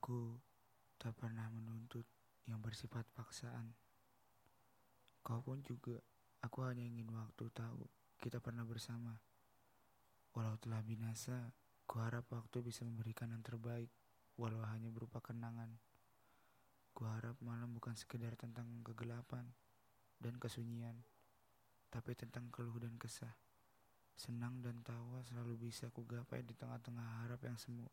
Aku tak pernah menuntut yang bersifat paksaan. Kau pun juga, aku hanya ingin waktu tahu kita pernah bersama. Walau telah binasa, kuharap waktu bisa memberikan yang terbaik, walau hanya berupa kenangan. Kuharap malam bukan sekedar tentang kegelapan dan kesunyian, tapi tentang keluh dan kesah. Senang dan tawa selalu bisa kugapai di tengah-tengah harap yang semu.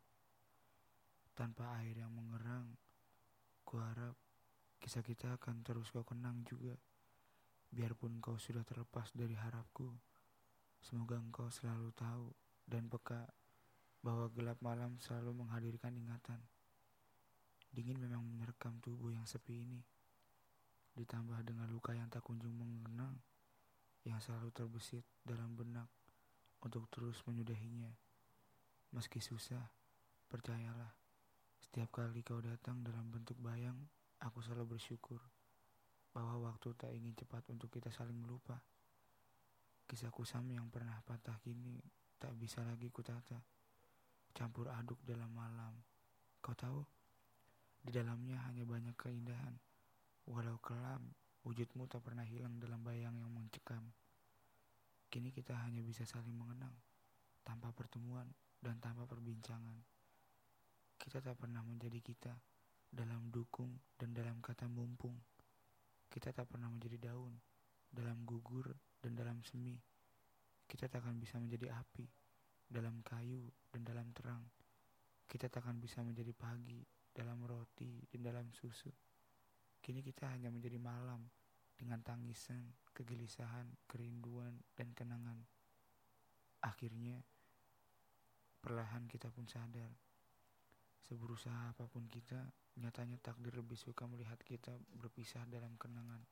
Tanpa air yang mengerang, kuharap kisah kita akan terus kau kenang juga. Biarpun kau sudah terlepas dari harapku, semoga engkau selalu tahu dan peka bahwa gelap malam selalu menghadirkan ingatan. Dingin memang menerkam tubuh yang sepi ini, ditambah dengan luka yang tak kunjung mengenang, yang selalu terbesit dalam benak untuk terus menyudahinya. Meski susah, percayalah, setiap kali kau datang dalam bentuk bayang, aku selalu bersyukur bahwa waktu tak ingin cepat untuk kita saling melupa. Kisah kusam yang pernah patah kini tak bisa lagi kutata, campur aduk dalam malam. Kau tahu, di dalamnya hanya banyak keindahan. Walau kelam, wujudmu tak pernah hilang dalam bayang yang mencekam. Kini kita hanya bisa saling mengenang, tanpa pertemuan dan tanpa perbincangan. Kita tak pernah menjadi kita, dalam dukung dan dalam kata mumpung. Kita tak pernah menjadi daun, dalam gugur dan dalam semi. Kita tak akan bisa menjadi api, dalam kayu dan dalam terang. Kita tak akan bisa menjadi pagi, dalam roti dan dalam susu. Kini kita hanya menjadi malam, dengan tangisan, kegelisahan, kerinduan, dan kenangan. Akhirnya, perlahan kita pun sadar, seberusaha apapun kita, nyatanya takdir lebih suka melihat kita berpisah dalam kenangan.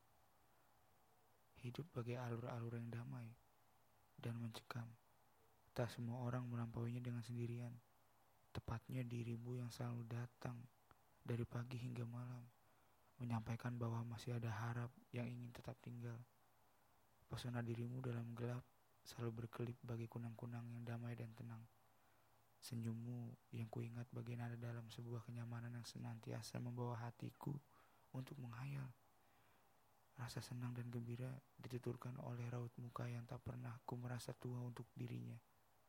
Hidup bagai alur-alur yang damai dan mencekam. Tak semua orang melampauinya dengan sendirian. Tepatnya dirimu yang selalu datang dari pagi hingga malam, menyampaikan bahwa masih ada harap yang ingin tetap tinggal. Pesona dirimu dalam gelap selalu berkelip bagi kunang-kunang yang damai dan tenang. Senyummu yang kuingat bagai nada dalam sebuah kenyamanan yang senantiasa membawa hatiku untuk menghayal. Rasa senang dan gembira dituturkan oleh raut muka yang tak pernah ku merasa tua untuk dirinya.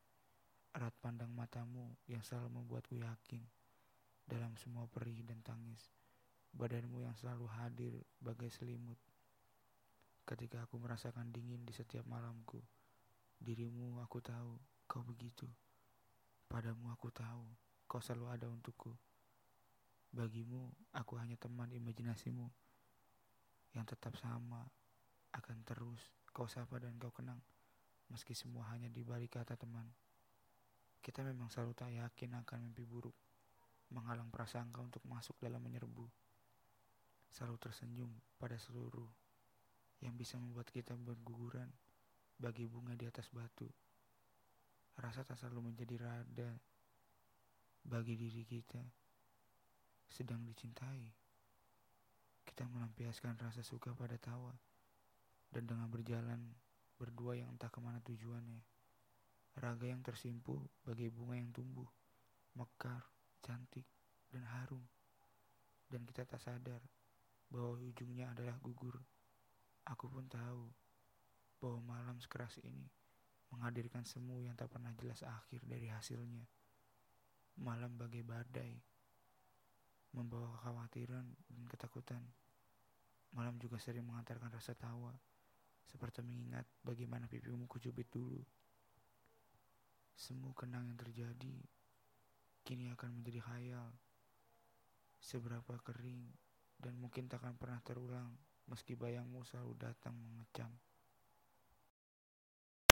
Erat pandang matamu yang selalu membuatku yakin dalam semua perih dan tangis. Badanmu yang selalu hadir bagai selimut ketika aku merasakan dingin di setiap malamku. Dirimu aku tahu, kau begitu. Padamu aku tahu, kau selalu ada untukku. Bagimu, aku hanya teman imajinasimu yang tetap sama, akan terus kau sapa dan kau kenang, meski semua hanya di balik kata teman. Kita memang selalu tak yakin akan mimpi buruk, menghalang prasangka untuk masuk dalam menyerbu. Selalu tersenyum pada seluruh yang bisa membuat kita berguguran bagi bunga di atas batu. Rasa tak selalu menjadi rada bagi diri kita sedang dicintai. Kita melampiaskan rasa suka pada tawa, dan dengan berjalan berdua yang entah kemana tujuannya. Raga yang tersimpu bagai bunga yang tumbuh, mekar, cantik, dan harum. Dan kita tak sadar bahwa ujungnya adalah gugur. Aku pun tahu bahwa malam sekeras ini menghadirkan semu yang tak pernah jelas akhir dari hasilnya. Malam bagai badai, membawa kekhawatiran dan ketakutan. Malam juga sering mengantarkan rasa tawa, seperti mengingat bagaimana pipimu kucubit dulu. Semu kenang yang terjadi kini akan menjadi khayal, seberapa kering dan mungkin takkan pernah terulang, meski bayangmu selalu datang mengecam.